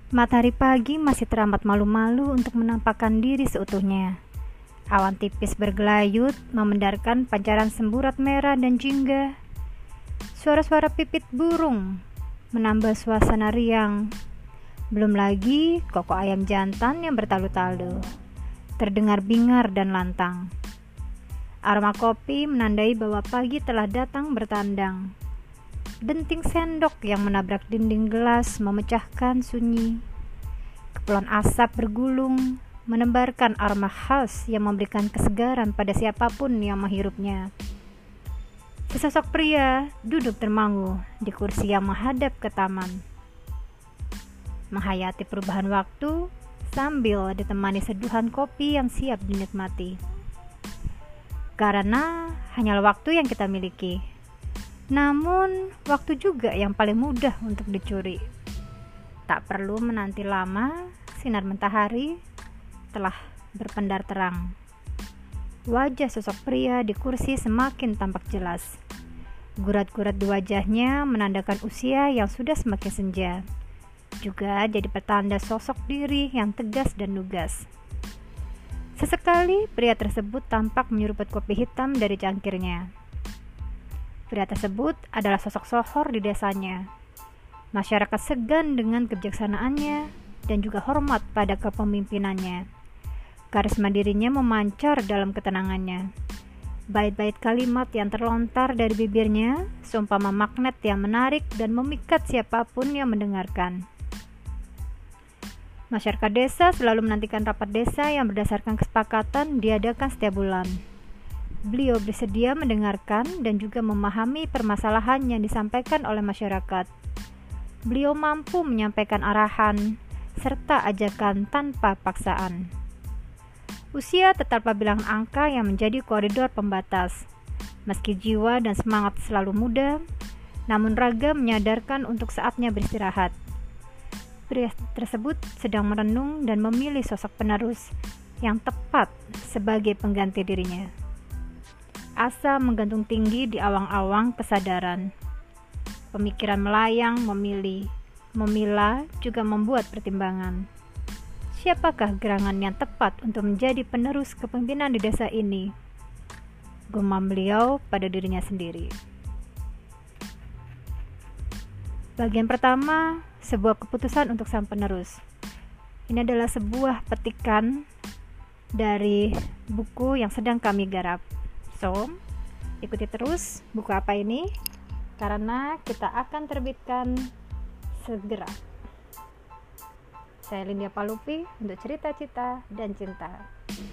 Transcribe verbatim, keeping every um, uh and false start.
Matahari pagi masih teramat malu-malu untuk menampakkan diri seutuhnya. Awan tipis bergelayut memendarkan pancaran semburat merah dan jingga. Suara-suara pipit burung menambah suasana riang. Belum lagi kokok ayam jantan yang bertalu-talu, terdengar bingar dan lantang. Aroma kopi menandai bahwa pagi telah datang bertandang. Denting sendok yang menabrak dinding gelas memecahkan sunyi. Kepulan asap bergulung, menebarkan aroma khas yang memberikan kesegaran pada siapapun yang menghirupnya. Sesosok pria duduk termangu di kursi yang menghadap ke taman, menghayati perubahan waktu sambil ditemani seduhan kopi yang siap dinikmati. Karena hanyalah waktu yang kita miliki, namun waktu juga yang paling mudah untuk dicuri. Tak perlu menanti lama, sinar matahari telah berpendar terang. Wajah sosok pria di kursi semakin tampak jelas. Gurat-gurat di wajahnya menandakan usia yang sudah semakin senja. Juga jadi pertanda sosok diri yang tegas dan lugas. Sesekali pria tersebut tampak menyeruput kopi hitam dari cangkirnya. Pria tersebut adalah sosok sohor di desanya. Masyarakat segan dengan kebijaksanaannya dan juga hormat pada kepemimpinannya. Karisma dirinya memancar dalam ketenangannya. Bait-bait kalimat yang terlontar dari bibirnya seumpama magnet yang menarik dan memikat siapapun yang mendengarkan. Masyarakat desa selalu menantikan rapat desa yang berdasarkan kesepakatan diadakan setiap bulan. Beliau bersedia mendengarkan dan juga memahami permasalahan yang disampaikan oleh masyarakat. Beliau mampu menyampaikan arahan serta ajakan tanpa paksaan. Usia tetaplah bilangan angka yang menjadi koridor pembatas. Meski jiwa dan semangat selalu muda, namun raga menyadarkan untuk saatnya beristirahat. Pria tersebut sedang merenung dan memilih sosok penerus yang tepat sebagai pengganti dirinya. Asa menggantung tinggi di awang-awang kesadaran. Pemikiran melayang, memilih, memilah, juga membuat pertimbangan. Siapakah gerangan yang tepat untuk menjadi penerus kepemimpinan di desa ini? Gumam beliau pada dirinya sendiri. Bagian pertama, sebuah keputusan untuk sang penerus. Ini adalah sebuah petikan dari buku yang sedang kami garap. So, ikuti terus buku apa ini, karena kita akan terbitkan segera. Saya Lindia Palupi untuk Cerita Cita dan Cinta.